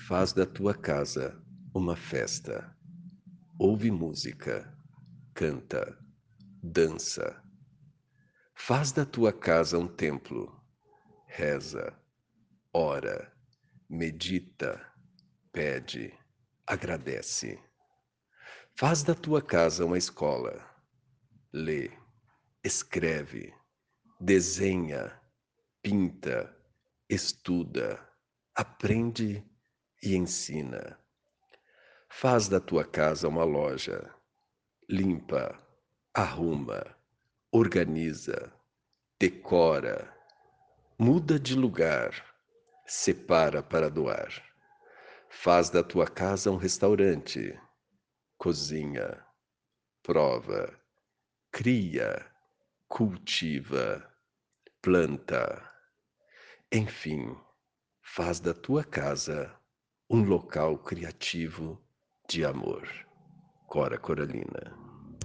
Faz da tua casa uma festa. Ouve música, canta, dança. Faz da tua casa um templo. Reza, ora, medita, pede, agradece. Faz da tua casa uma escola. Lê, escreve, desenha, pinta, estuda, aprende e ensina. Faz da tua casa uma loja. Limpa, arruma, organiza, decora, muda de lugar, separa para doar. Faz da tua casa um restaurante. Cozinha, prova, cria, cultiva, planta. Enfim, faz da tua casa um local criativo de amor. Cora Coralina.